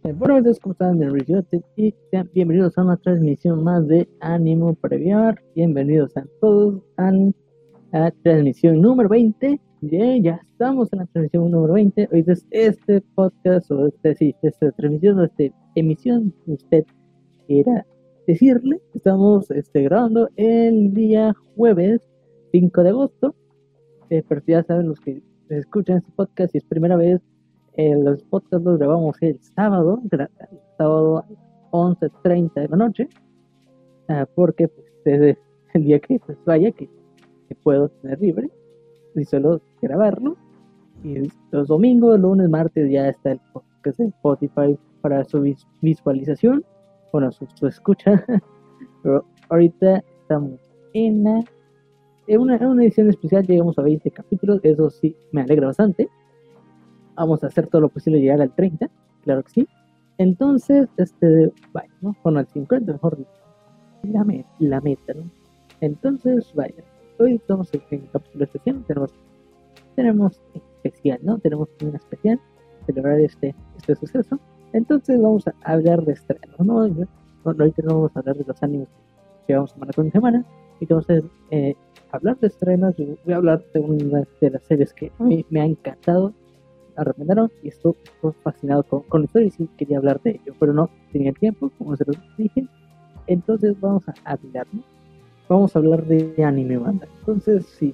Buenos días, ¿cómo están? Y sean bienvenidos a una transmisión más de Ánimo Previar. Bienvenidos a todos a la transmisión número 20. Ya estamos en la transmisión número 20. Hoy es este podcast, o esta transmisión, o esta emisión, usted quiera decirle. Estamos grabando el día jueves 5 de agosto. Pero ya saben, los que escuchan este podcast, si es primera vez, los podcasts los grabamos el sábado a 11:30 de la noche, porque pues, es el día que pues, que puedo tener libre y solo grabarlo. Y los domingos, lunes, martes ya está el podcast en Spotify para su visualización, bueno, su escucha. Pero ahorita estamos en una edición especial, llegamos a 20 capítulos, eso sí me alegra bastante. Vamos a hacer todo lo posible llegar al 30, claro que sí. Entonces, vaya, ¿no? Bueno, al 50, mejor dicho. La meta, ¿no? Entonces, vaya, hoy estamos en el capítulo especial, tenemos especial, ¿no? Tenemos un especial, celebrar este suceso. Entonces vamos a hablar de estrenos, ¿no? Ahorita no vamos a hablar de los animes que llevamos semana con semana, y vamos a hablar de estrenos. Yo voy a hablar de una de las series que a mí me ha encantado, recomendaron, y estoy fascinado con la historia y sí quería hablar de ello, pero no tenía el tiempo, como se los dije. Entonces vamos a hablar, ¿no? Vamos a hablar de anime, banda. Entonces sí,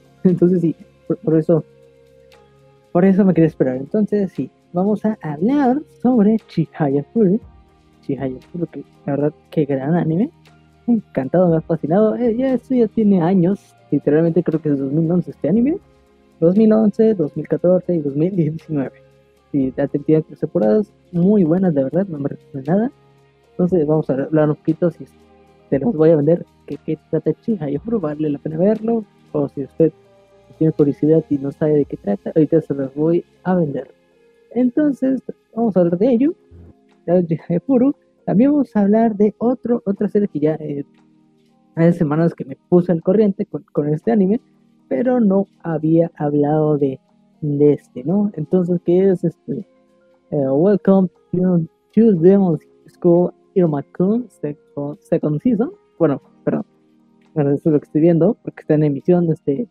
por eso me quería esperar. Entonces sí, vamos a hablar sobre Chihaya Furu, que la verdad, qué gran anime. Me ha encantado, me ha fascinado. Esto ya tiene años, literalmente creo que es 2011 este anime. 2011, 2014 y 2019. Y ya tenía temporadas muy buenas, de verdad, no me arrepiento de nada. Entonces vamos a hablar un poquito, si te los voy a vender, qué trata Chihaya Furu, vale la pena verlo, o si usted tiene curiosidad y no sabe de qué trata, ahorita se los voy a vender. Entonces vamos a hablar de ello, de Chihaya Furu. También vamos a hablar de otra serie que ya hace semanas que me puse al corriente con este anime, pero no había hablado de ¿no? Entonces, ¿qué es Welcome to Demon School Iruma-kun second Season. Bueno, perdón. Bueno, eso es lo que estoy viendo, porque está en emisión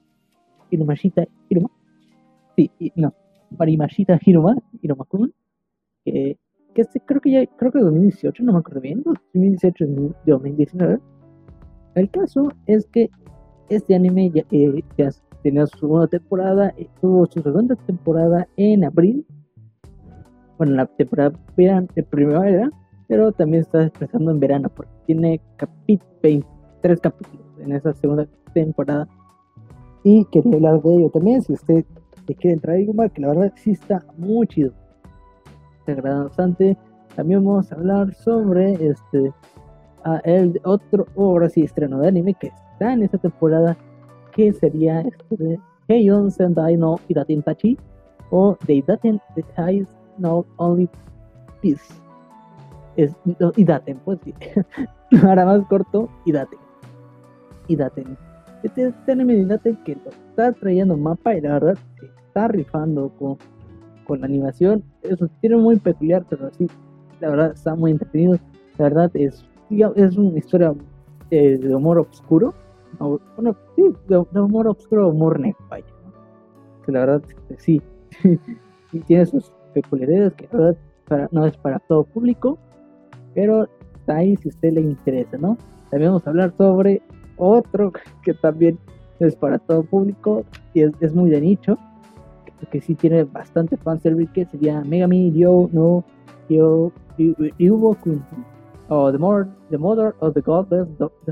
Iruma. Sí, no, Marimashita Iruma-kun, que creo que 2018, no me acuerdo bien, 2018 2019. El caso es que este anime ya tenía su segunda temporada, tuvo su segunda temporada en abril. Bueno, la temporada de primavera, pero también está empezando en verano, porque tiene 23 capítulos en esa segunda temporada. Y quería hablar de ello también, si usted le quiere entrar a Igumar, que la verdad sí está muy chido. Te agrada bastante. También vamos a hablar sobre el otro, ahora sí, estreno de anime que está en esta temporada, que sería de Heion Sendai no Idaten Tachi, o de Idaten Ties No Only Peace. Idaten, pues sí. Ahora más corto, Idaten. Este anime de Idaten que lo está trayendo Mapa, y la verdad se está rifando con la animación. Eso tiene muy peculiar, pero sí, la verdad está muy entretenido. La verdad es una historia de humor oscuro. Bueno, sí, de humor oscuro, humor negro, vaya, ¿no? Que la verdad, sí, y tiene sus peculiaridades, que la verdad no es para todo público, pero está ahí si a usted le interesa, ¿no? También vamos a hablar sobre otro que también es para todo público y es muy de nicho, que sí tiene bastante fanservice, que sería Megami Ryo no Ryubo-kun, o the Mother of the Godless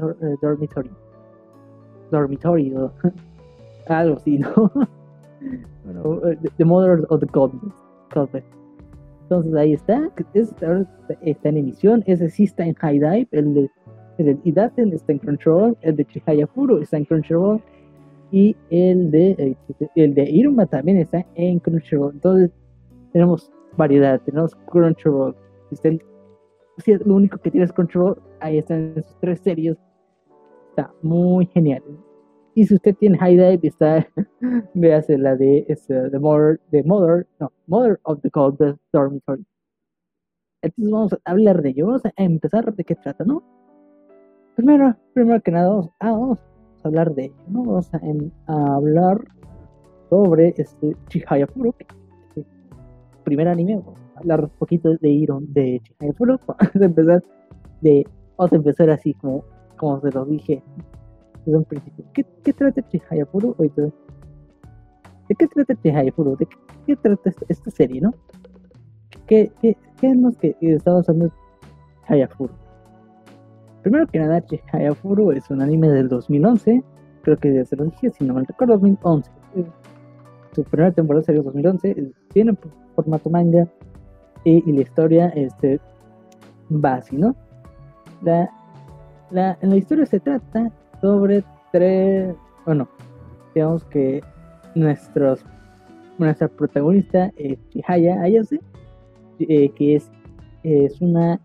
Dormitory, o algo así, ¿no? Bueno, the Mother of the Godless. Entonces ahí está, está en emisión. Ese sí está en High Dive, el de Idaten está en Crunchyroll, el de Chihaya Furu está en Crunchyroll, y el de Iruma también está en Crunchyroll. Entonces tenemos variedad, tenemos Crunchyroll. Si es lo único que tienes Crunchyroll, ahí están esos tres series. Está muy genial. Y si usted tiene High Dive, véase la de Mother of the Cold Dormitory. Entonces vamos a hablar de ello, vamos a empezar de qué trata, ¿no? Primero que nada, vamos a hablar de ello, ¿no? A hablar sobre Chihaya Furu, primer anime. Vamos a hablar un poquito de Iron de Chihaya Furu. Vamos a empezar así como se lo dije desde un principio. ¿Qué trata Chihaya Furu? ¿De qué trata Chihaya Furu? ¿De qué trata esta serie, no? ¿Qué es lo que está basando Chihaya Furu? Primero que nada, Chihaya Furu es un anime del 2011. Creo que ya se lo dije, si no me recuerdo, 2011. Su primera temporada salió en 2011. Tiene formato manga y la historia va así, ¿no? En la historia se trata sobre bueno, digamos que nuestra protagonista, Chihaya Ayase, que es una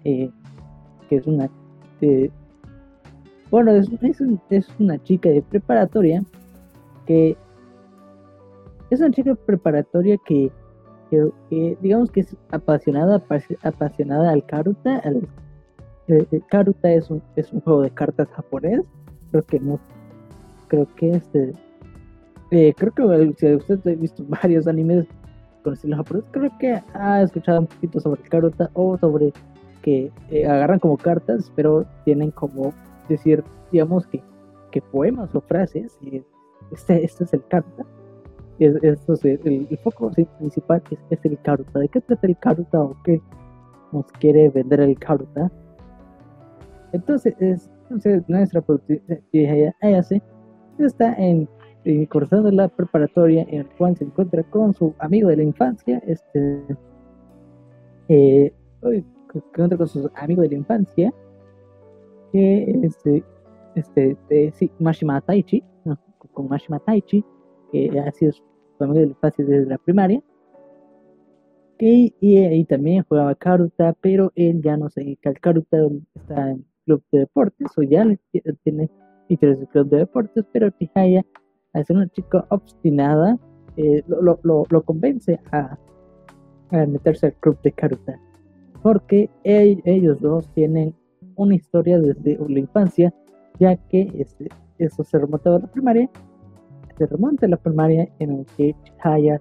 bueno, es una chica de preparatoria que es una chica preparatoria que digamos que es apasionada al Karuta. Karuta es un juego de cartas japonés. Creo que no, creo que creo que si usted ha visto varios animes con estilo japonés, creo que ha escuchado un poquito sobre el Karuta o sobre que agarran como cartas, pero tienen como decir, digamos que poemas o frases. Este es el Karuta. Esto es el foco principal es el Karuta. ¿De qué trata el Karuta o qué nos quiere vender el Karuta? Entonces nuestra productora Ayase está cursando la preparatoria, en el cual se encuentra con su amigo de la infancia, con su amigo de la infancia, que sí, Mashima Taichi, no, con Mashima Taichi, que ha sido su amigo de la infancia desde la primaria, y también jugaba Karuta, pero él ya no se dedica al Karuta, está en club de deportes, o ya tiene interés en club de deportes, pero Chihaya, al ser una chica obstinada, lo convence a meterse al club de Karuta, porque ellos dos tienen una historia desde la infancia, ya que eso se remonta a la primaria, en el que Chihaya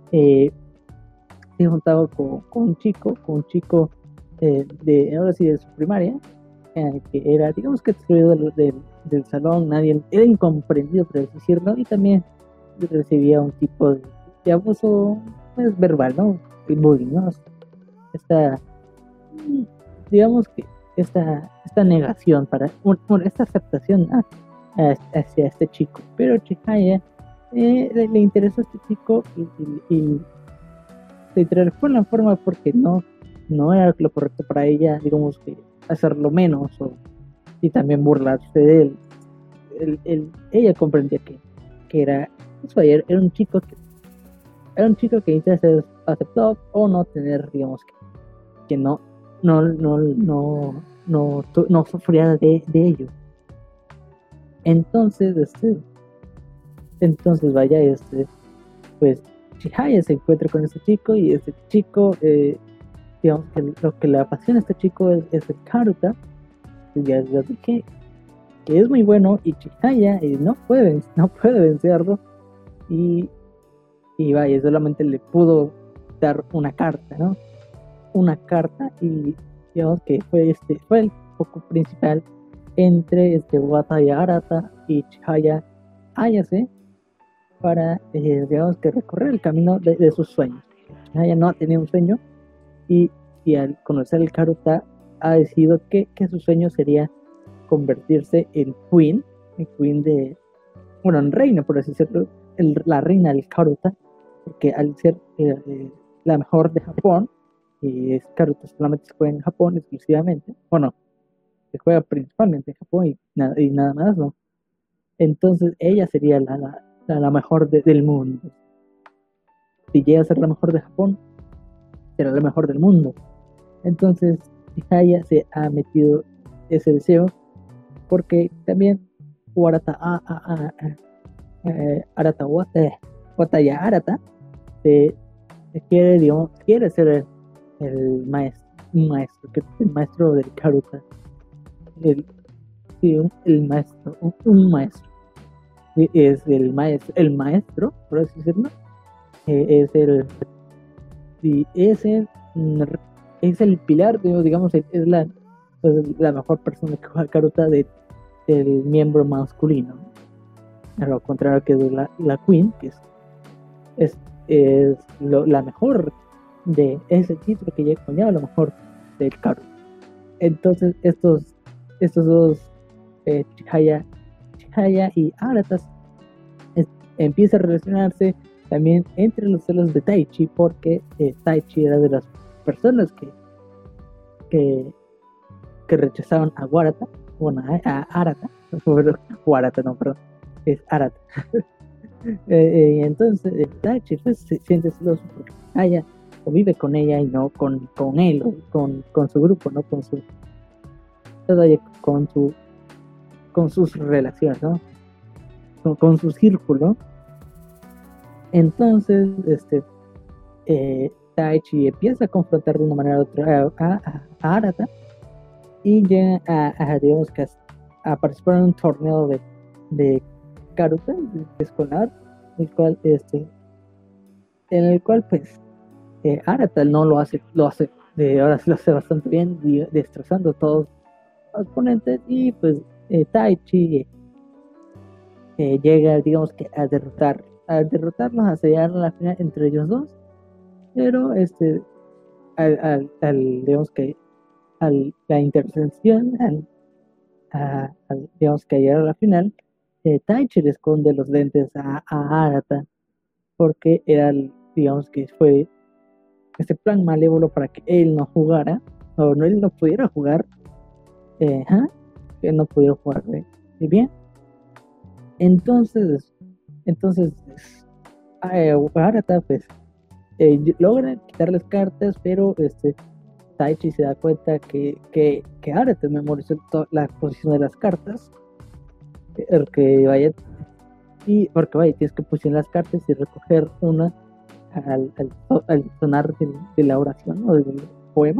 se juntaba con un chico, ahora sí de su primaria, que era, digamos que excluido del salón, nadie, era incomprendido, por así decirlo, y también recibía un tipo de abuso, pues, verbal, ¿no? El bullying, ¿no? Esta, digamos que esta negación esta aceptación hacia este chico, pero Chihaya le interesó a este chico y se interesó en la forma porque no era lo correcto para ella, digamos que hacerlo menos y también burlarse de él. Ella comprendía que era eso, era un chico que necesita ser aceptado o no tener, digamos que no sufría de ello. Entonces vaya, pues Chihaya se encuentra con este chico y este chico, digamos que lo que le apasiona a este chico es el Karuta. Ya dije que es muy bueno y Chihaya no puede vencerlo, y vaya, solamente le pudo dar una carta, ¿no? Una carta, y digamos que fue el foco principal entre Wataya Arata y Chihaya Ayase para, digamos que recorrer el camino de sus sueños. Chihaya no tenía un sueño y al conocer el Karuta ha decidido que su sueño sería convertirse en en reina, por así decirlo, la reina del Karuta, porque al ser la mejor de Japón, y Karuta solamente se juega en Japón exclusivamente, se juega principalmente en Japón y nada más, ¿no? Entonces ella sería la mejor del mundo. Si llega a ser la mejor de Japón, será la mejor del mundo. Entonces Chihaya se ha metido ese deseo porque también Wataya Arata quiere ser el maestro, un maestro, que el maestro del Karuta, el maestro, un maestro, es el maestro, por así decirlo, es el, y es el pilar, digamos, es la mejor persona que juega Karuta del miembro masculino, a lo contrario que de la Queen, que es la mejor de ese título que conlleva lo mejor del Karuta. Entonces estos dos, Chihaya y Arata, empieza a relacionarse también entre los celos de Taichi, porque Taichi era de las personas que rechazaban a Warata, bueno, a Arata, Warata no, perdón, es Arata. Entonces Taichi pues, se siente celoso porque Chihaya vive con ella y no con él, con su grupo, no con su con sus relaciones, ¿no? Con su círculo. Entonces Taichi empieza a confrontar de una manera u otra a Arata y llega digamos que a participar en un torneo de Karuta escolar, en el cual pues Arata no lo hace, ahora sí lo hace bastante bien, destrozando a todos los oponentes, y pues Taichi llega, digamos que a derrotarlos, a sellar la final entre ellos dos, pero digamos que la intervención, digamos que llegar a la final, Taichi le esconde los lentes a Arata, porque era, digamos que fue ese plan malévolo para que él no jugara, o no, él no pudiera jugar, que él no pudiera jugar bien. Entonces Arata pues logra quitarles cartas, pero Taichi se da cuenta que Arata memorizó la posición de las cartas, porque vaya, tienes que posicionar las cartas y recoger una al sonar de la oración o del poema,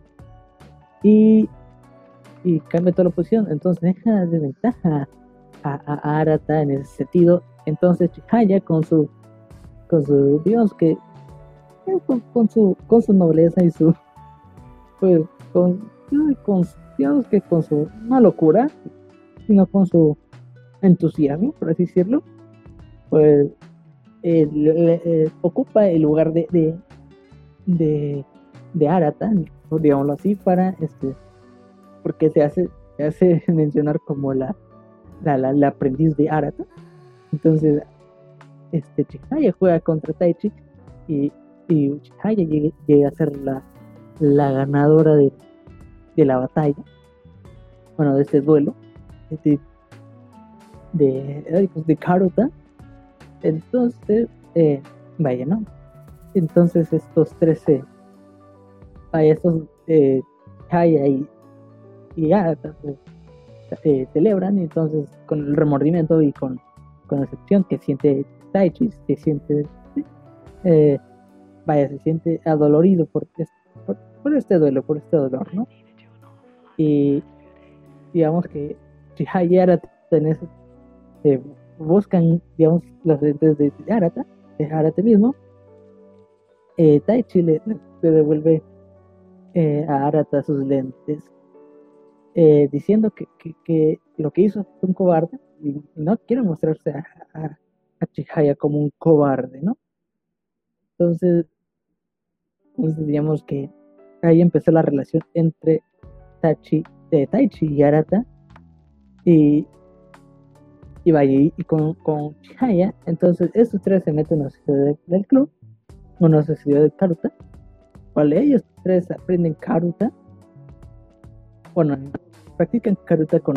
y cambia toda la posición, entonces deja de ventaja a Arata en ese sentido. Entonces Chihaya con su digamos que con su nobleza y su pues digamos que con su no locura, sino con su entusiasmo, por así decirlo, pues ocupa el lugar de Arata, digámoslo así, para porque se hace mencionar como la aprendiz de Arata. Entonces Chihaya juega contra Taichi y Chihaya llega a ser la ganadora de la batalla, bueno, de este duelo de Karuta. Entonces vaya, ¿no? Entonces estos 13 Chihaya y Arata pues, celebran, y entonces con el remordimiento y con la decepción que siente Taichi, se siente adolorido por este duelo, por este dolor, ¿no? Y digamos que Chihaya y Arata buscan, digamos, los lentes de Arata mismo. Taichi le devuelve a Arata sus lentes, diciendo que lo que hizo fue un cobarde, y no quiere mostrarse a Chihaya como un cobarde, ¿no? Entonces digamos que ahí empezó la relación entre Taichi y Arata, y vaya, y con Chihaya. Entonces estos tres se meten en la sociedad del club, una sociedad de Karuta, cual ellos tres aprenden Karuta, bueno, practican Karuta con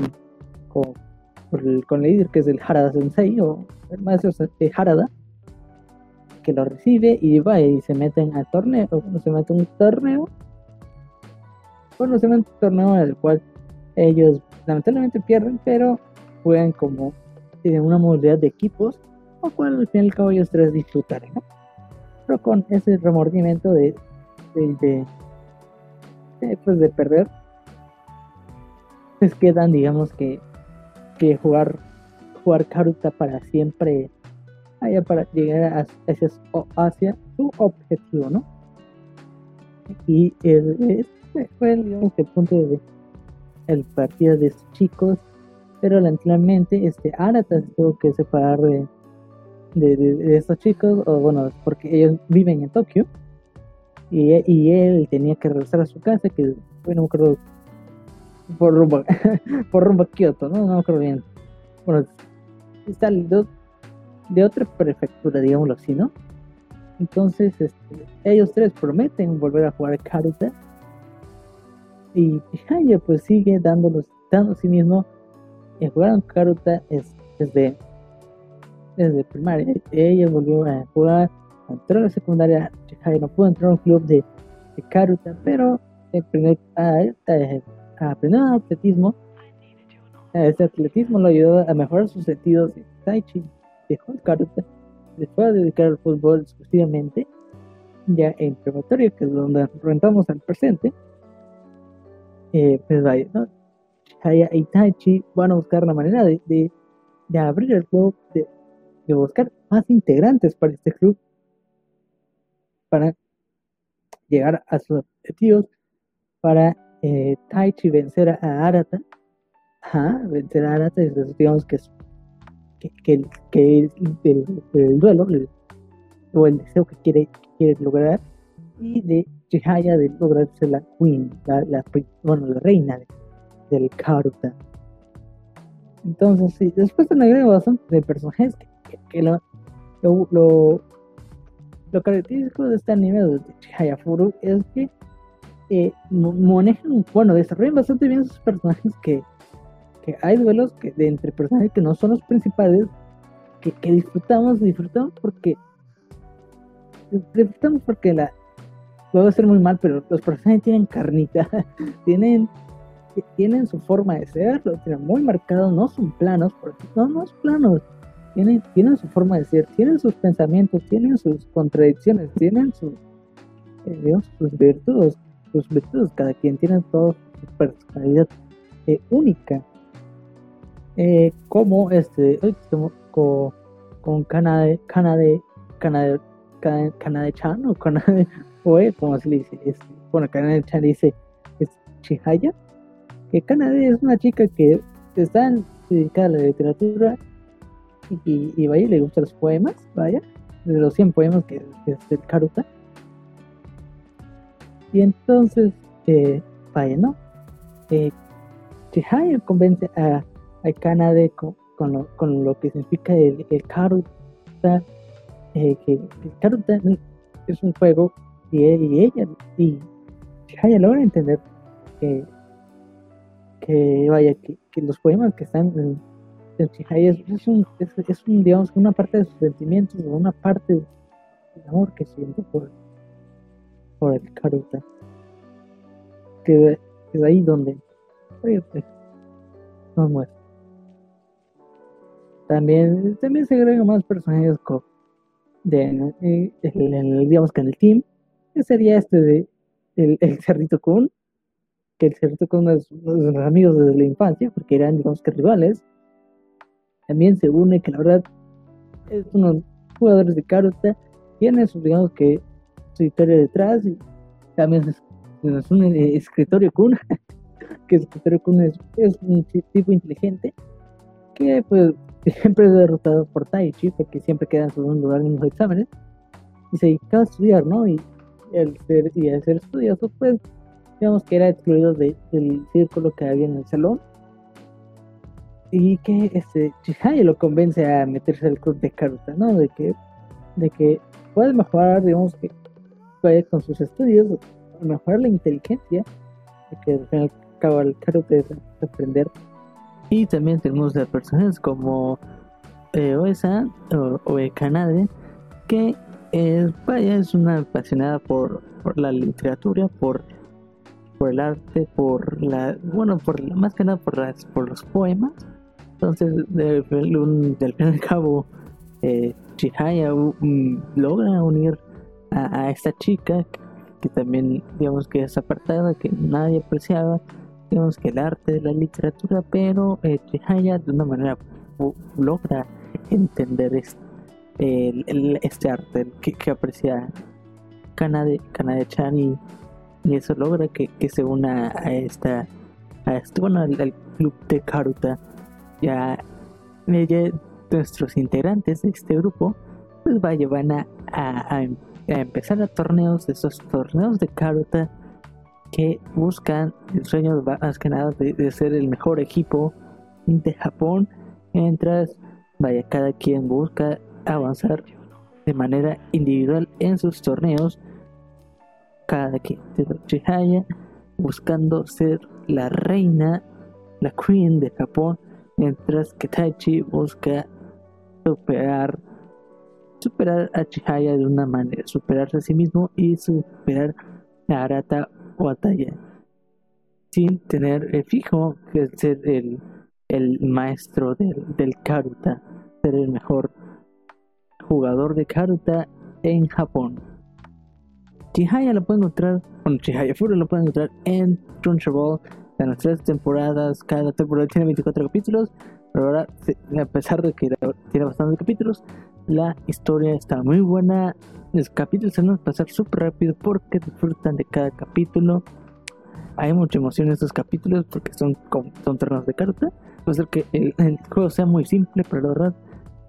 el líder, que es el Harada Sensei, o el maestro de Harada, que lo recibe, y va y se meten al torneo. Se mete un torneo en el cual ellos lamentablemente pierden, pero juegan como en una modalidad de equipos, lo cual al fin y al cabo ellos tres disfrutarán, ¿no? Pero con ese remordimiento de pues de perder, pues quedan, digamos que jugar Karuta para siempre, allá para llegar hacia su objetivo, ¿no? Y fue, digamos, el punto de el partido de estos chicos, pero lamentablemente Arata se tuvo que separar de estos chicos, o bueno, porque ellos viven en Tokio, y él tenía que regresar a su casa, que bueno, no me acuerdo, por rumbo, por rumbo a Kioto, ¿no? No me acuerdo bien. Bueno, está de otra prefectura, digámoslo así, ¿no? Entonces, ellos tres prometen volver a jugar Karuta, y Haya pues sigue dando a sí mismo. Jugaron Karuta desde primaria. Ella volvió a jugar, entró a la secundaria. Haya no pudo entrar a un club de Karuta, pero aprendió atletismo. Este atletismo lo ayudó a mejorar sus sentidos de Tai Chi. Dejó el Karuta, se fue a dedicar al fútbol exclusivamente, ya en preparatoria, que es donde rentamos al presente. Pues vaya, ¿no? Haya y Taichi van a buscar la manera de abrir el club, de buscar más integrantes para este club, para llegar a sus objetivos, para Taichi vencer a Arata. Vencer a Arata, digamos que es el duelo o el deseo que quiere lograr, y de Chihaya de lograr ser la queen, la reina del Karuta. Entonces, sí, después de agrego bastante de personajes que lo característico de este anime de Chihaya Furu es que manejan, bueno, desarrollan bastante bien sus personajes, que hay duelos de entre personajes que no son los principales, que disfrutamos porque puede ser muy mal, pero los personajes tienen carnita, tienen su forma de ser, lo tienen muy marcado, no son planos, no son planos, tienen su forma de ser, tienen sus pensamientos, tienen sus contradicciones, tienen digamos, sus virtudes, cada quien tiene toda su personalidad única, como con Kanade-chan o Kanade Oe, como se le dice, bueno, Kanade-chan dice es Chihaya, que Kanade es una chica que está dedicada a la literatura, y vaya, le gustan los poemas, vaya, de los 100 poemas que es del Karuta. Y entonces, vaya, ¿no? Chihaya convence a Kanade con lo que significa el Karuta, que el Karuta es un juego, y Chihaya logra entender que vaya, que los poemas que están en Chihaya es digamos, una parte de sus sentimientos, o una parte del amor que siente por el Karuta, que es ahí donde nos muestra. También se agregan más personajes digamos que en el team, que sería el Cerdito Kun, que el Cerdito Kun es uno de los amigos desde la infancia, porque eran, digamos, que rivales. También se une, que la verdad es unos jugadores de Karuta, tiene digamos que su historia detrás, y también es un escritorio Kun, que el escritorio Kun es un tipo inteligente, que pues siempre es derrotado por Taichi, porque siempre queda en segundo lugar en los exámenes, y se dedicaba a estudiar, ¿no? Y al ser estudioso, pues digamos que era excluido del círculo que había en el salón, y que Chihaya lo convence a meterse al club de Karuta, ¿no? De que puede mejorar, digamos, que vaya con sus estudios, mejorar la inteligencia, de que al fin y al cabo el Karuta es aprender. Y también tenemos a personajes como Oe-san o Kanade, que es una apasionada por la literatura, por el arte, más que nada por los poemas. Entonces, del fin y al cabo, Chihaya logra unir a esta chica, que también, digamos, que es apartada, que nadie apreciaba, digamos, que el arte de la literatura, pero Chihaya de una manera logra entender este arte que aprecia Kanade-chan, y eso logra que se una bueno, al club de Karuta. Ya nuestros integrantes de este grupo pues van a empezar a torneos, esos torneos de Karuta que buscan el sueño más que nada de ser el mejor equipo de Japón, mientras cada quien busca avanzar de manera individual en sus torneos. Cada quien de Chihaya buscando ser la reina, la queen de Japón, mientras que Taichi busca superar a Chihaya de una manera, superarse a sí mismo y superar a Arata Wataya, sin tener fijo que ser el maestro del Karuta, ser el mejor jugador de Karuta en Japón. Chihaya lo pueden encontrar, Chihaya Furu lo pueden encontrar en Crunchyroll en las 3 temporadas. Cada temporada tiene 24 capítulos, pero ahora, a pesar de que tiene bastantes capítulos, la historia está muy buena. Los capítulos se van a pasar súper rápido porque disfrutan de cada capítulo. Hay mucha emoción en estos capítulos porque son torneos de Karuta. Puede ser que el juego sea muy simple, pero la verdad,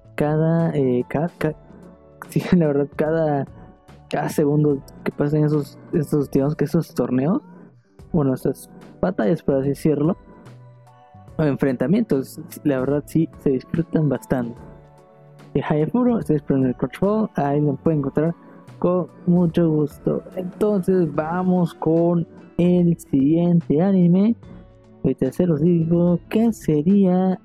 cada segundo que pasan esos digamos que esos torneos, bueno, esas batallas, por así decirlo, o enfrentamientos, la verdad sí se disfrutan bastante. Y Hayafuro está disponible en el Crunchyroll, ahí lo pueden encontrar con mucho gusto. Entonces vamos con el siguiente anime. Ahorita se los digo. ¿Qué sería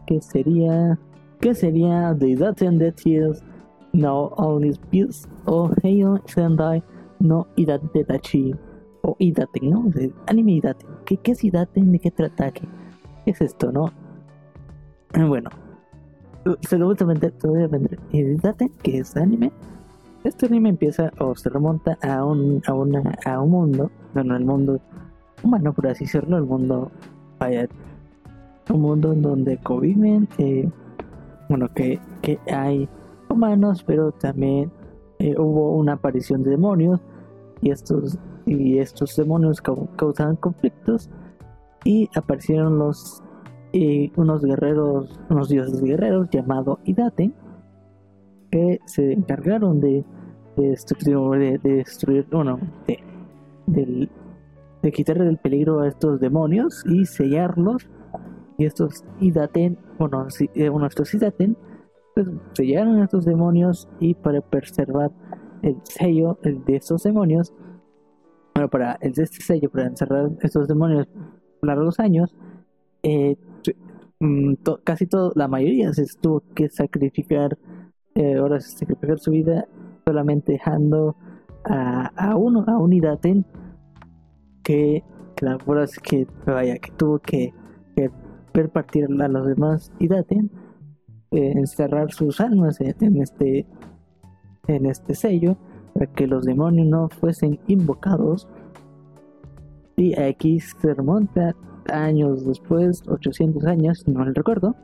The Idaten Dead Tears no Only Pills o Heion Sendai no Idate Tachi, o Idaten, ¿no? Anime Idaten. ¿Qué es Idaten? ¿De qué trata? ¿Qué es esto, no? Bueno, se lo voy a vender. Idaten, que es anime. Este anime empieza o se remonta a un mundo, bueno, el mundo humano, por así decirlo, el mundo, un mundo en donde conviven, bueno, que hay humanos, pero también hubo una aparición de demonios, y estos demonios causaban conflictos, y aparecieron unos dioses guerreros llamados Idaten, que se encargaron de destruir, bueno, de quitarle el peligro a estos demonios y sellarlos. Y estos Idaten, estos Idaten pues sellaron a estos demonios, y para preservar el sello de estos demonios, bueno, para este sello, para encerrar estos demonios por largos años, casi todo, la mayoría se tuvo que sacrificar, sacrificar su vida, solamente dejando a un Idaten que la verdad es que tuvo que ver partir a los demás Idaten, encerrar sus almas en este sello para que los demonios no fuesen invocados. Y aquí se remonta años después, 800 años, no me recuerdo,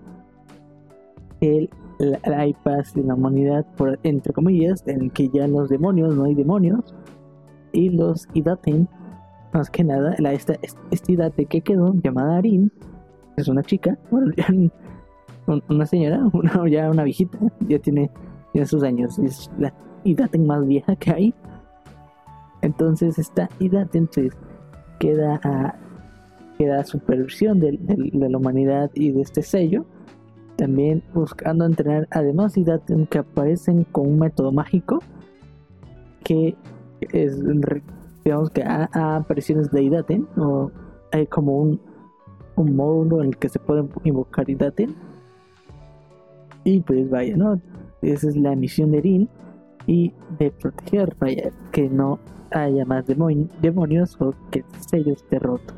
la paz de la humanidad, entre comillas, en que ya los demonios, no hay demonios, y los Idaten, más que nada, este Idate que quedó, llamada Arin, es una chica, bueno, una señora, ya una viejita, ya tiene sus años, es la Idaten más vieja que hay. Entonces esta Idaten pues queda a supervisión de la humanidad y de este sello, también buscando entrenar además Idaten que aparecen con un método mágico, que es, digamos que a apariciones de Idaten, o hay como un módulo en el que se pueden invocar Idaten. Y pues ¿no? Esa es la misión de Rin, y de proteger, que no haya más demonios, o que el sello esté roto.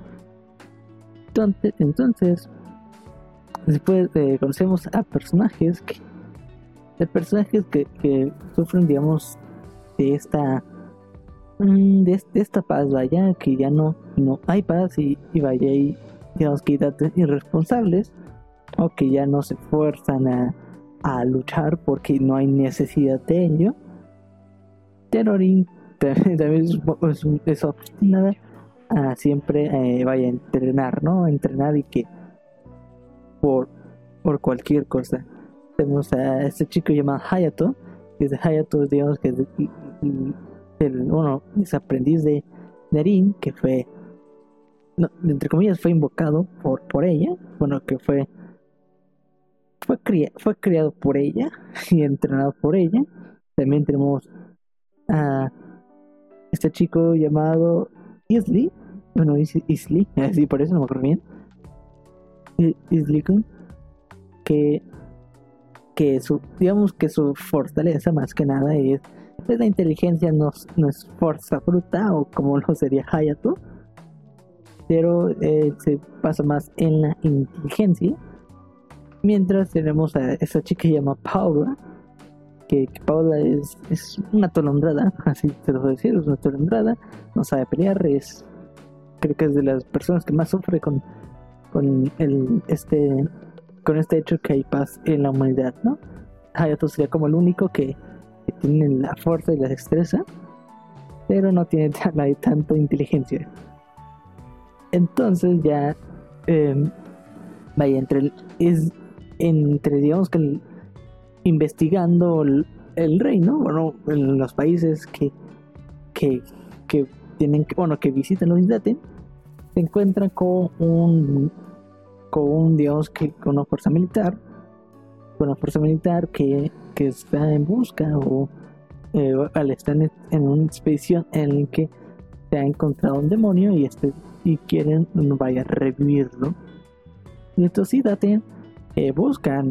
Entonces después conocemos a personajes que sufren, digamos, de esta de esta paz, vaya, que ya no hay paz y vaya, y digamos que datos irresponsables o que ya no se esfuerzan a luchar porque no hay necesidad de ello. Terorin también es obstinada a siempre vaya a entrenar, ¿no? Entrenar y que por cualquier cosa. Tenemos a este chico llamado Hayato, que es de Hayato, digamos que es es aprendiz de Rin, que fue, no, entre comillas, fue invocado por ella, bueno, que fue criado por ella y entrenado por ella. También tenemos a este chico llamado Isley, bueno, Isley, así por eso no me acuerdo bien, Isley-kun, que digamos que su fortaleza más que nada es pues la inteligencia, no es fuerza bruta o como lo sería Hayato, pero se basa más en la inteligencia. Mientras tenemos a esa chica llamada Paula, que Paula es una atolondrada, así te lo voy a decir, es una atolondrada, no sabe pelear, creo que es de las personas que más sufre con este hecho que hay paz en la humanidad, ¿no? Hayato sería como el único que tiene la fuerza y la destreza, pero no tiene tanta inteligencia. Entonces ya vaya, entre digamos que investigando el reino, bueno, en los países que tienen, bueno, que visitan los Idaten, se encuentran con digamos que con una fuerza militar que está en busca o al estar en una expedición en la que se ha encontrado un demonio y quieren vaya revivirlo. Y estos Idaten buscan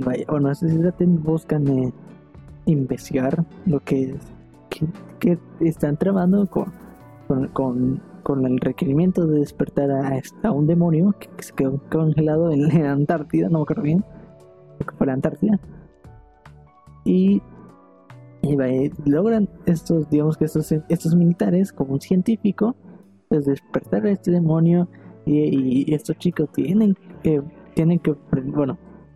investigar lo que están tramando con el requerimiento de despertar a un demonio que se quedó congelado en la Antártida, no me acuerdo bien, creo que fue la Antártida, y logran estos militares como un científico pues despertar a este demonio, y estos chicos tienen que bueno,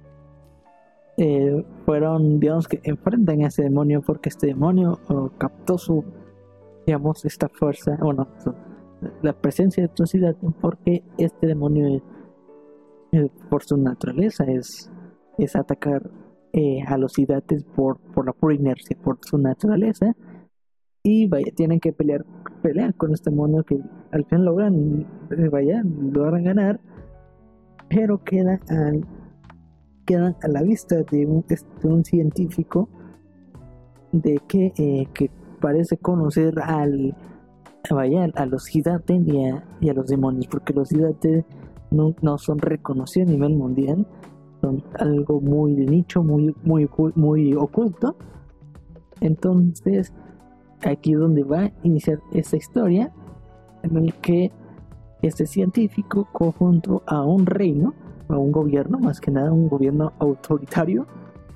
fueron, digamos que enfrentan a ese demonio porque este demonio captó esta fuerza, bueno, la presencia de atrocidad, porque este demonio por su naturaleza es atacar a los Idates por la pura inercia, por su naturaleza, y vaya, tienen que pelear con este demonio que al final logran ganar, pero quedan a la vista de un científico de que parece conocer a los Hidaten y a los demonios, porque los Hidaten no son reconocidos a nivel mundial, son algo muy de nicho, muy oculto. Entonces aquí es donde va a iniciar esta historia, en el que este científico, conjunto a un reino, a un gobierno, más que nada un gobierno autoritario,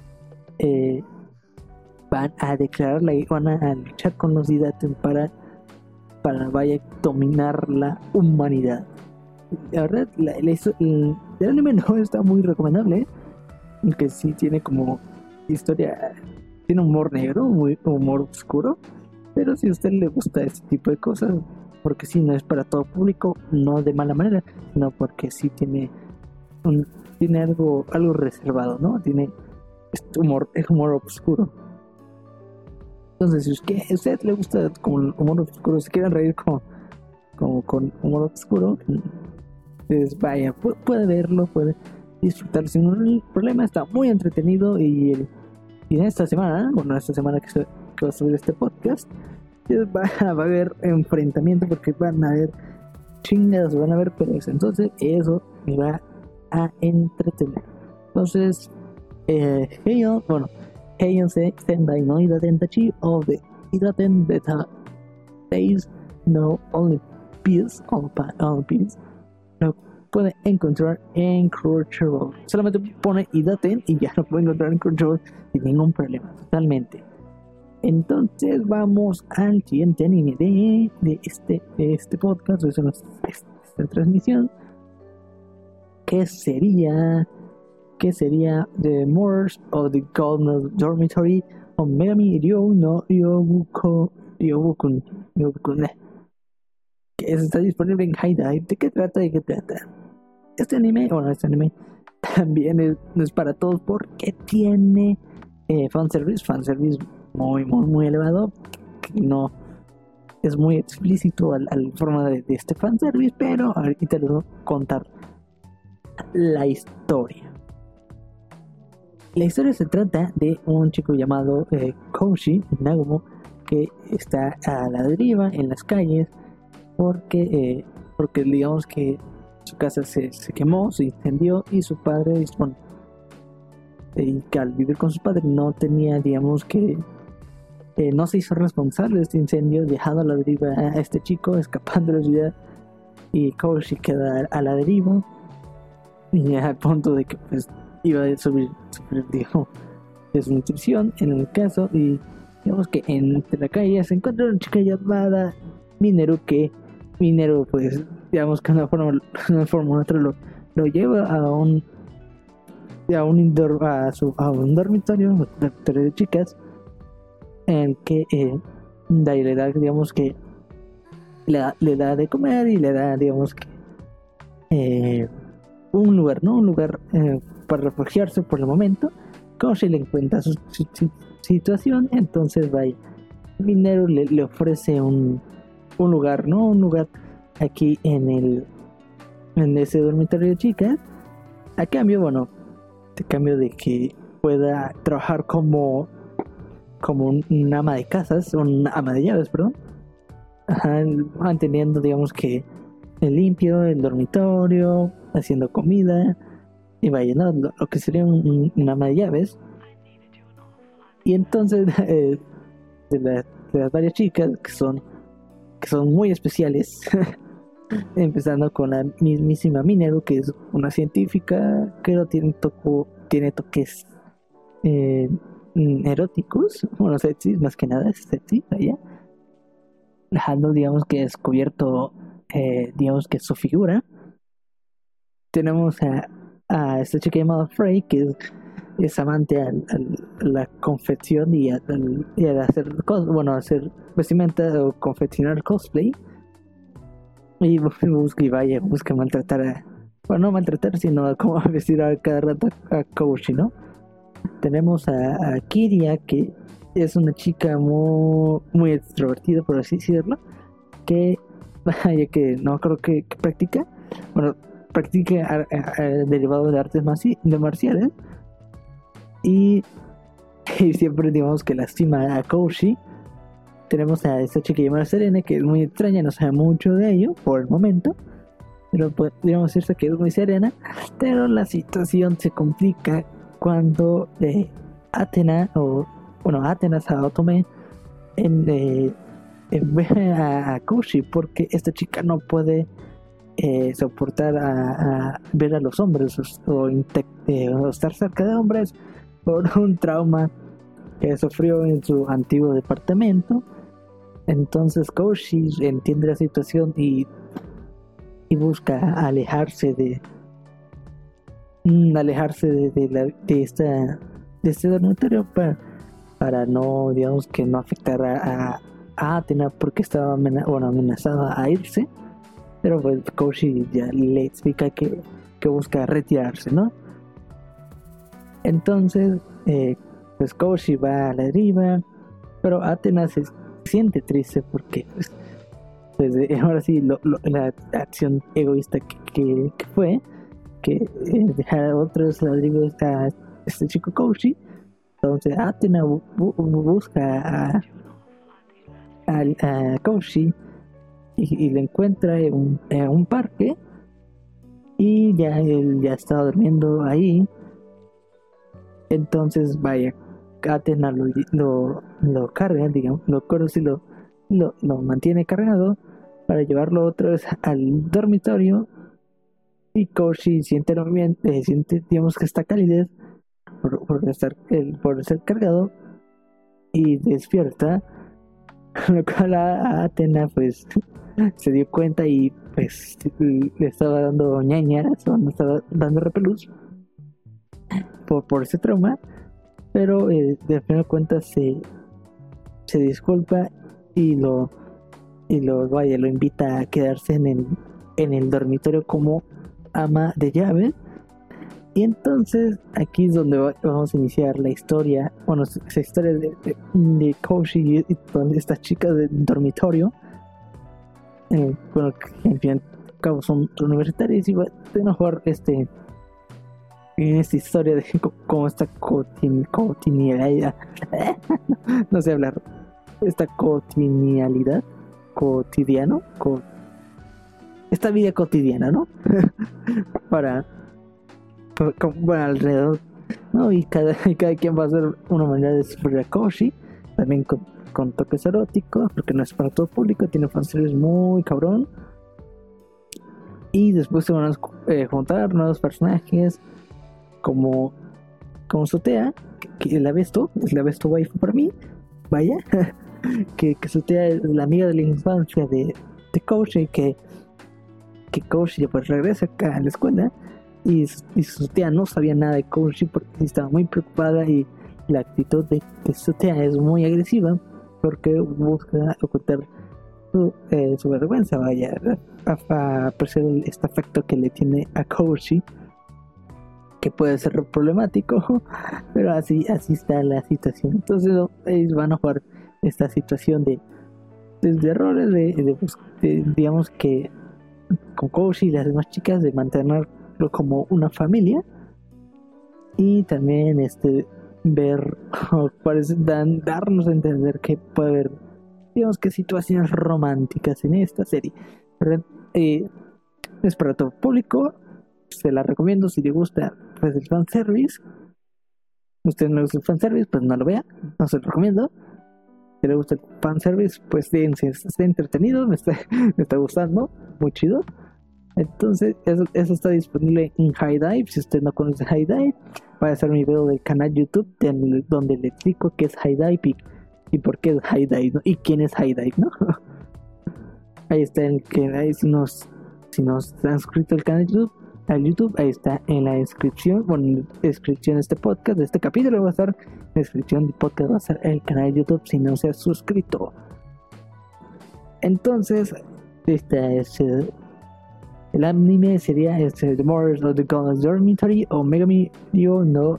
van a luchar con los Idaten para dominar la humanidad. La verdad, el anime no está muy recomendable, aunque sí tiene como historia, tiene humor negro, muy humor oscuro, pero si a usted le gusta este tipo de cosas, porque sí, no es para todo público, no de mala manera, sino porque sí tiene algo reservado, ¿no? Tiene es humor oscuro. Entonces, si a usted le gusta como el humor oscuro, si quieren reír como con humor oscuro, pues vaya, puede verlo, puede disfrutarlo sin un problema, está muy entretenido. Y en esta semana que va a subir este podcast, va a haber enfrentamiento, porque van a haber chingadas, van a haber peleas. Entonces eso me va a entretener. Entonces Heian Sendai no Idaten Tachi of the Idaten Beta Days No Only Peace on Peace lo puede encontrar en Crunchyroll. Solamente pone Idaten y ya lo puede encontrar en Crunchyroll sin ningún problema, totalmente. Entonces vamos al siguiente anime de este podcast, de esta transmisión, que sería The Moors of the Golden Dormitory of Megami Ryo no Ryobukun, que está disponible en HiDive. ¿De qué trata? Este anime también es para todos porque tiene fanservice muy elevado, que no es muy explícito al forma de este fanservice, pero ahorita les voy a contar la historia. La historia se trata de un chico llamado Koushi Nagumo, que está a la deriva en las calles porque digamos que su casa se quemó, se incendió, y su padre, bueno, y que al vivir con su padre no tenía, digamos que no se hizo responsable de este incendio, dejando a la deriva a este chico, escapando de la ciudad, y Koushi queda a la deriva, y al punto de que pues iba a sufrir, digamos, desnutrición en el caso. Y digamos que entre la calle se encuentra una chica llamada Mineru, que Mineru, pues digamos que de una forma u otra lo lleva a un dormitorio de chicas, en que de ahí le da, digamos que le da de comer y le da, digamos que un lugar para refugiarse por el momento. Koshi le encuentra su situación, entonces vaya, Mineru le ofrece un lugar aquí en ese dormitorio de chicas, a cambio, de que pueda trabajar como un ama de casas, un ama de llaves, perdón. Ajá, manteniendo, digamos que limpio el dormitorio, haciendo comida, y vaya, ¿no? Lo que sería un ama de llaves. Y entonces de las varias chicas que son muy especiales, empezando con la mismísima Mineru, que es una científica que no tiene toques eróticos, bueno, sexy, más que nada es sexy, vaya, dejando, digamos que descubierto, digamos que su figura. Tenemos a esta chica llamada Frey, que es amante a la confección y al hacer vestimenta o confeccionar cosplay, y busca maltratar no maltratar, sino como vestir a cada rato a Koushi, ¿no? Tenemos a Kiria, que es una chica muy extrovertida, por así decirlo, que vaya, que no creo que practica derivado de artes marciales, y siempre, digamos, que lastima a Koushi. Tenemos a esta chica llamada Serena, que es muy extraña, no sabe mucho de ello por el momento, pero podríamos decirse que es muy serena. Pero la situación se complica cuando Athena Saotome ve a Koushi, porque esta chica no puede soportar a ver a los hombres o estar cerca de hombres por un trauma que sufrió en su antiguo departamento. Entonces Koushi entiende la situación y busca alejarse de este dormitorio para no, digamos, que no afectar a Athena, porque estaba amenazada a irse. Pero pues Koushi ya le explica que busca retirarse, ¿no? Entonces pues Koushi va a la deriva, pero Athena se siente triste porque pues ahora sí la acción egoísta que fue que dejar a otros ladrillos a este chico Koushi. Entonces Athena busca a Koushi y lo encuentra en un parque, y él ya estaba durmiendo ahí. Entonces vaya, Athena lo carga, digamos, lo mantiene cargado para llevarlo otra vez al dormitorio, y Koushi siente digamos que esta calidez por ser cargado, y despierta, lo cual a Atena pues se dio cuenta y pues le estaba dando ñañaras, o le estaba dando repelús por ese trauma, pero de final de cuentas se disculpa y lo lo invita a quedarse en el dormitorio como ama de llave. Y entonces aquí es donde vamos a iniciar la historia, bueno, esa historia de Koshi y todas estas chicas del dormitorio. Bueno, que al fin y al cabo son universitarios y van a jugar en esta historia de cómo esta cotidianidad, no sé hablar, esta cotidianidad, cotidiano, esta vida cotidiana, ¿no? para bueno, alrededor, ¿no? Y cada quien va a hacer una manera de sufrir a Koshi, también con toques eróticos, porque no es para todo público, tiene fanservice muy cabrón. Y después se van a juntar nuevos personajes como Sutea, que la ves tú, es la besto waifu para mí, vaya, que Sutea es la amiga de la infancia de Koshi, que Koshi pues regresa acá a la escuela y Sutea no sabía nada de Koshi porque estaba muy preocupada, y la actitud de Sutea es muy agresiva porque busca ocultar su vergüenza, vaya, a apreciar este afecto que le tiene a Koshi, que puede ser problemático, pero así está la situación. Entonces ellos van a jugar esta situación de errores de digamos que con Koshi y las demás chicas, de mantenerlo como una familia, y también ver darnos a entender que puede haber, digamos que, situaciones románticas en esta serie. ¿Verdad? Es para todo público, se la recomiendo. Si le gusta pues el fanservice, usted no le gusta el fanservice, pues no lo vea, no se lo recomiendo. Si le gusta el fanservice, pues déjense, está entretenido, me está gustando, muy chido. Entonces eso está disponible en HIDIVE. Si usted no conoce HIDIVE, va a hacer mi video del canal YouTube donde le explico qué es HIDIVE y por qué es HIDIVE, ¿no? Y quién es HIDIVE, ¿no? Ahí está ahí si nos han suscrito al canal YouTube, ahí está en la descripción, bueno, en la descripción de este podcast, de este capítulo va a estar, en la descripción del podcast va a estar el canal de YouTube si no se ha suscrito. Entonces, el anime sería The Murders of the God's Dormitory, o Megami no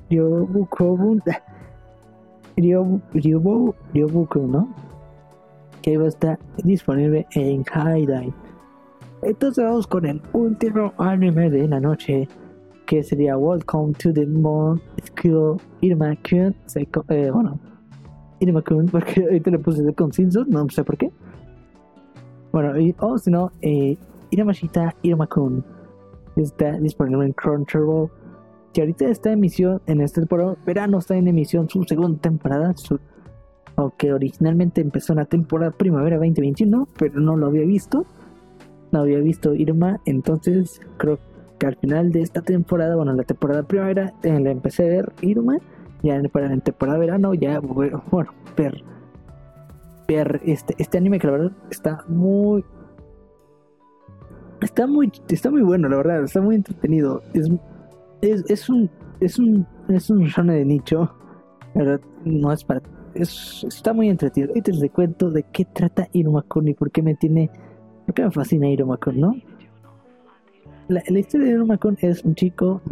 Ryobuku, ¿no? Que va a estar disponible en HIDIVE. Entonces vamos con el último anime de la noche, que sería Welcome to the Moon School Iruma-kun. Iruma-kun, porque ahorita le puse de consenso, no sé por qué. Bueno, o si no, Iramashita Iruma-kun está disponible en Crunchyroll, que ahorita está en emisión en este verano, está en emisión su segunda temporada, aunque originalmente empezó en la temporada primavera 2021, pero no había visto Iruma. Entonces creo que al final de esta temporada, bueno, la temporada primavera, la empecé a ver Iruma, ya para la temporada verano ya, bueno, ver este anime, que la verdad está muy bueno, la verdad, está muy entretenido. Es un shonen de nicho, la verdad, no es para, está muy entretenido. Y te cuento de qué trata Iruma-kun y por qué me fascina Iruma-kun, ¿no? La historia de Iruma-kun es un chico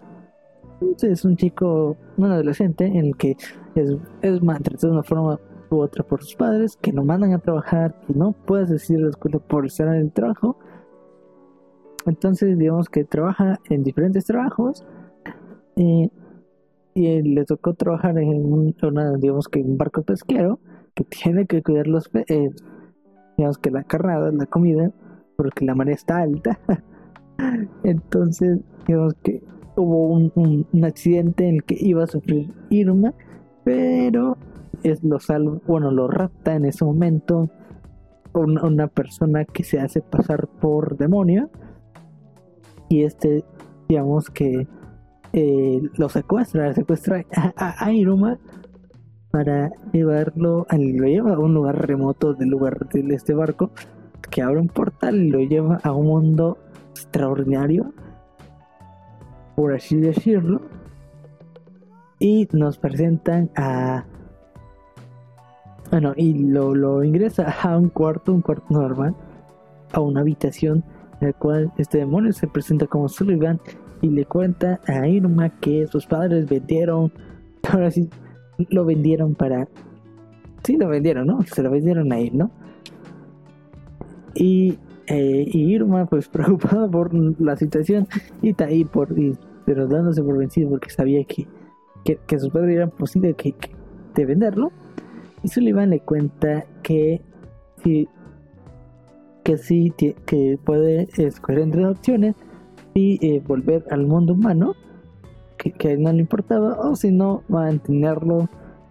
un adolescente en el que es maltratado de una forma u otra por sus padres, que lo mandan a trabajar, que no puede asistir a la escuela por estar en el trabajo. Entonces digamos que trabaja en diferentes trabajos, y le tocó trabajar en digamos que un barco pesquero, que tiene que cuidar digamos que la carnada, la comida, porque la marea está alta. Entonces digamos que hubo un accidente en el que iba a sufrir Iruma, pero lo rapta en ese momento una persona que se hace pasar por demonio, y digamos que lo secuestra a Iruma, para llevarlo, lo lleva a un lugar remoto del lugar de este barco, que abre un portal y lo lleva a un mundo extraordinario, por así decirlo, y nos presentan a... Bueno, y lo ingresa a un cuarto normal, a una habitación en la cual este demonio se presenta como Sullivan y le cuenta a Iruma que sus padres vendieron, ahora sí, lo vendieron para... Sí, lo vendieron, ¿no? Se lo vendieron a él, ¿no? Y Iruma, pues preocupada por la situación y pero dándose por vencido porque sabía que sus padres eran posibles de venderlo. Y Sullivan le cuenta que que puede escoger entre opciones y volver al mundo humano, que a él no le importaba, o si no, mantenerlo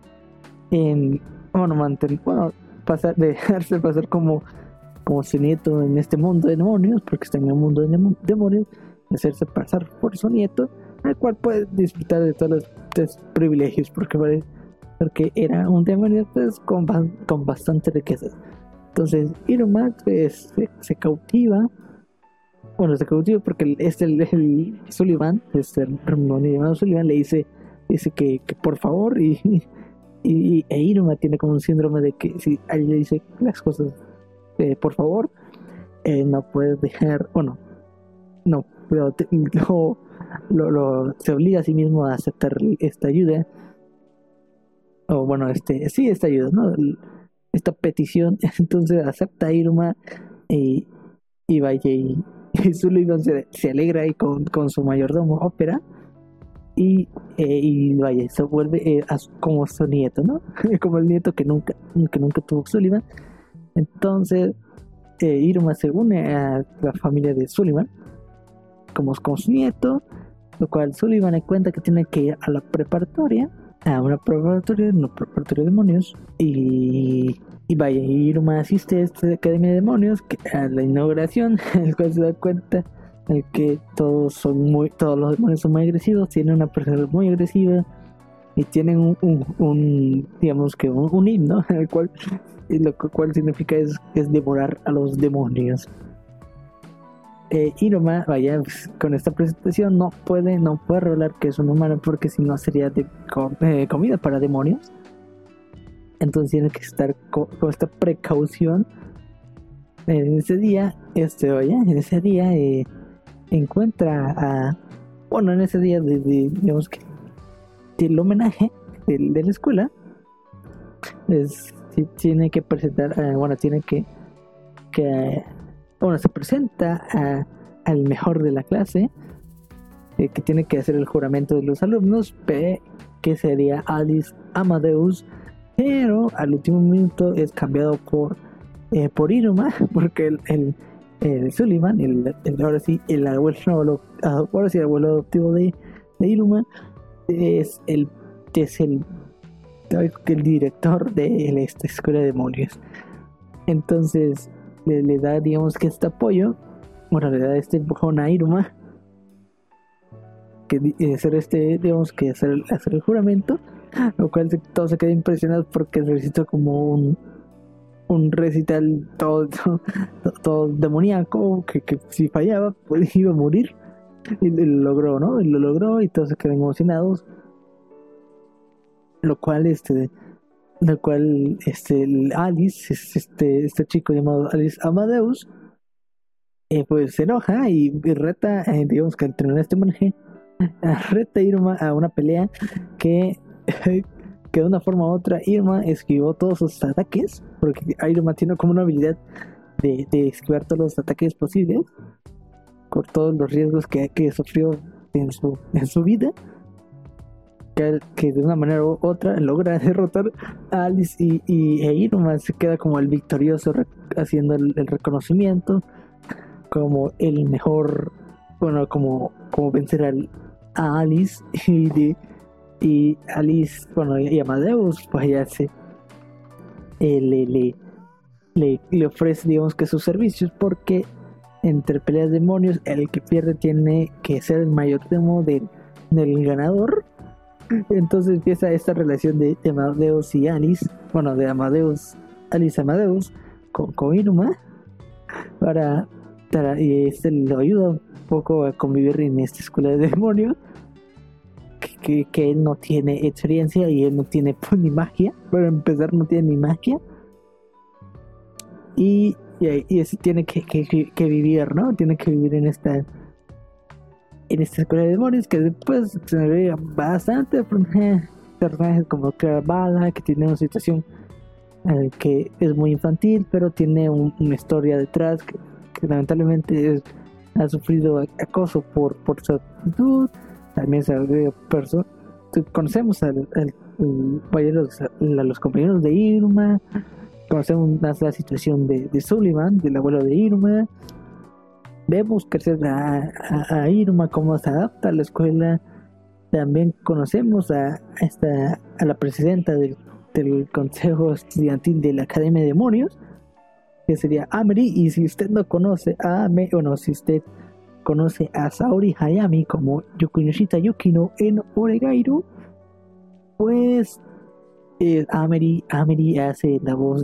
dejarse pasar como su nieto en este mundo de demonios, porque está en el mundo de demonios, hacerse pasar por su nieto, al cual puede disfrutar de todos los privilegios, porque era un demonio pues, con bastante riqueza. Entonces Iruma pues, se cautiva. Bueno, se cautiva porque el Sullivan, el demonio llamado Sullivan, le dice que por favor, y Iruma tiene como un síndrome de que si alguien le dice las cosas por favor, no puedes dejar, no, pero se obliga a sí mismo a aceptar esta ayuda, o bueno, esta ayuda, ¿no? Esta petición. Entonces acepta Iruma y vaya, y Sullivan se alegra ahí con su mayordomo Ópera y vaya, se vuelve como su nieto, ¿no? Como el nieto que nunca tuvo Sullivan. Entonces Iruma se une a la familia de Sullivan como su nieto, lo cual Sullivan le cuenta que tiene que ir a la preparatoria, a una preparatoria de demonios, y vaya, Iruma asiste a esta academia de demonios a la inauguración, en el cual se da cuenta de que todos los demonios son muy agresivos, tienen una personalidad muy agresiva y tienen digamos que un himno, el cual lo cual significa es devorar a los demonios. Iruma, vaya, pues, con esta presentación no puede revelar que es un humano, porque si no sería comida para demonios. Entonces tiene que estar con esta precaución. En ese día encuentra en ese día digamos que el homenaje de la escuela tiene que presentar, se presenta al mejor de la clase, que tiene que hacer el juramento de los alumnos, que sería Alice Amadeus, pero al último minuto es cambiado por Iruma, porque el Sullivan, el abuelo adoptivo de Iruma, es el director de esta escuela de demonios. Entonces le da, digamos que este apoyo, le da este empujón a Iruma, que digamos que hacer el juramento, lo cual todos se quedan impresionados porque recitó como un recital todo demoníaco, que si fallaba pues iba a morir, y lo logró, ¿no? Y todos se quedan emocionados, lo cual Alice, este chico llamado Alice Amadeus, pues se enoja y reta, digamos que al terminar este homenaje, reta a Iruma a una pelea que de una forma u otra Iruma esquivó todos sus ataques, porque Iruma tiene como una habilidad de esquivar todos los ataques posibles, por todos los riesgos que sufrió en su vida, que de una manera u otra logra derrotar a Alice, e Iruma se queda como el victorioso, haciendo el reconocimiento como el mejor, como vencer a Alice, y Alice, y Amadeus, pues ya le ofrece, digamos que sus servicios, porque entre peleas de demonios el que pierde tiene que ser el mayordomo del ganador, Entonces empieza esta relación de Amadeus y Alice, bueno, de Alice con Iruma y este lo ayuda un poco a convivir en esta escuela de demonios, que él no tiene experiencia y él no tiene pues, ni magia. Para empezar, no tiene ni magia. Y así tiene que vivir, ¿no? Tiene que vivir en esta escuela de demonios, que después se me ve bastante personajes como Clara Bala, que tiene una situación que es muy infantil, pero tiene una historia detrás que lamentablemente ha sufrido acoso por su actitud. También se ve conocemos a los compañeros de Iruma, conocemos más la situación de Sullivan, del abuelo de Iruma. Vemos crecer a Iruma, cómo se adapta a la escuela. También conocemos a la presidenta del consejo estudiantil de la Academia de Demonios, que sería Ameri. Y si usted no conoce a Ameri, o no, si usted conoce a Saori Hayami como Yoshita Yukino en Oregairu, pues Ameri hace la voz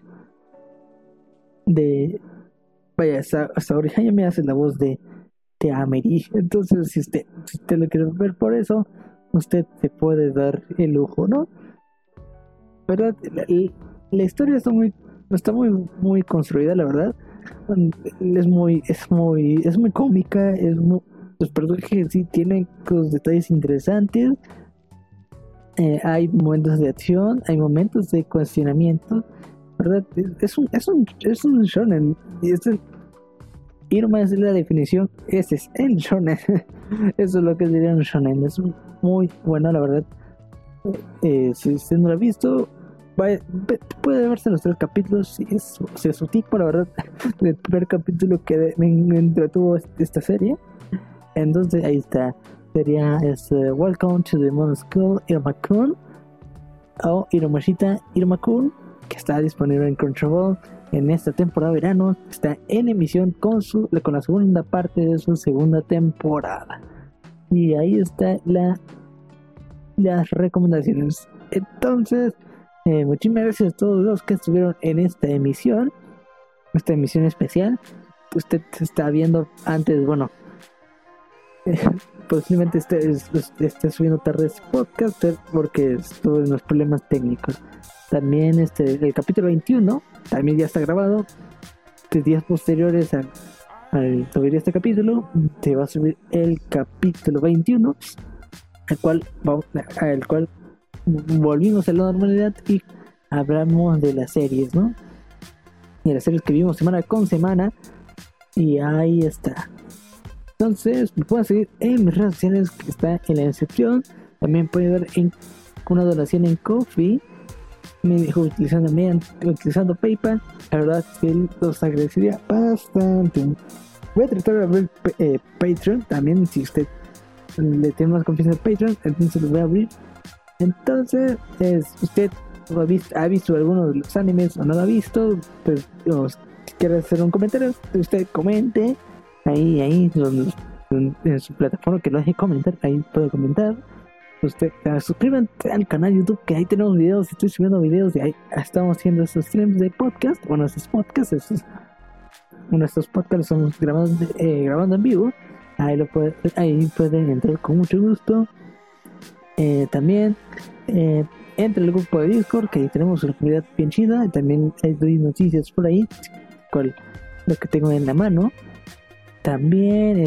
Saori Hayami hace la voz de Ameri. Entonces si usted lo quiere ver por eso, usted se puede dar el lujo, ¿no? ¿Verdad? La historia está muy construida, la verdad. Es muy cómica, los personajes sí tienen los detalles interesantes. Hay momentos de acción, hay momentos de cuestionamiento, ¿verdad? Es un shonen, y Iruma es la definición. Ese es el shonen. Eso es lo que diría un shonen. Es muy bueno, la verdad. Si usted no lo ha visto, puede verse los 3 capítulos. Si es su tipo, la verdad. El primer capítulo que me entretuvo esta serie. Entonces ahí está. Sería Welcome to the Moon School Iruma-kun, o Irumashita Iruma-kun, que está disponible en Crunchyroll en esta temporada de verano. Está en emisión con la segunda parte de su segunda temporada. Y ahí está las recomendaciones. Entonces, muchísimas gracias a todos los que estuvieron en esta emisión especial. Usted se está viendo antes, bueno, posiblemente esté subiendo tarde este podcast porque estuvo en los problemas técnicos. También el capítulo 21 también ya está grabado. 3 días posteriores al subir este capítulo, se va a subir el capítulo 21, al cual volvimos a la normalidad y hablamos de las series, ¿no? De las series que vimos semana con semana. Y ahí está. Entonces me pueden seguir en mis redes sociales, que está en la descripción. También pueden ver una donación en Ko-fi, utilizando PayPal. La verdad que los agradecería bastante. Voy a tratar de abrir Patreon también. Si usted le tiene más confianza en Patreon, entonces lo voy a abrir. Entonces, usted ha visto alguno de los animes o no lo ha visto, pues si quiere hacer un comentario, usted comente ahí en su plataforma, que lo deje comentar. Ahí puede comentar. Usted suscríbanse al canal YouTube, que ahí tenemos videos. Estoy subiendo videos de ahí. Estamos haciendo estos streams de podcast. Bueno, estos podcasts los estamos grabando en vivo. Ahí pueden entrar con mucho gusto. También entre el grupo de Discord, que ahí tenemos una comunidad bien chida. También hay noticias por ahí, lo que tengo en la mano. También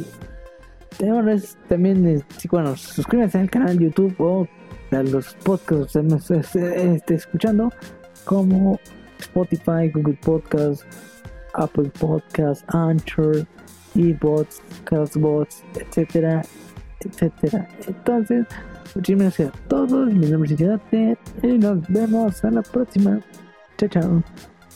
suscríbanse al canal de YouTube o a los podcasts que esté escuchando, como Spotify, Google Podcasts, Apple Podcasts, Anchor, eBots, Castbots, etcétera. Entonces, muchísimas gracias a todos. Mi nombre es Ciudad y nos vemos a la próxima. Chao.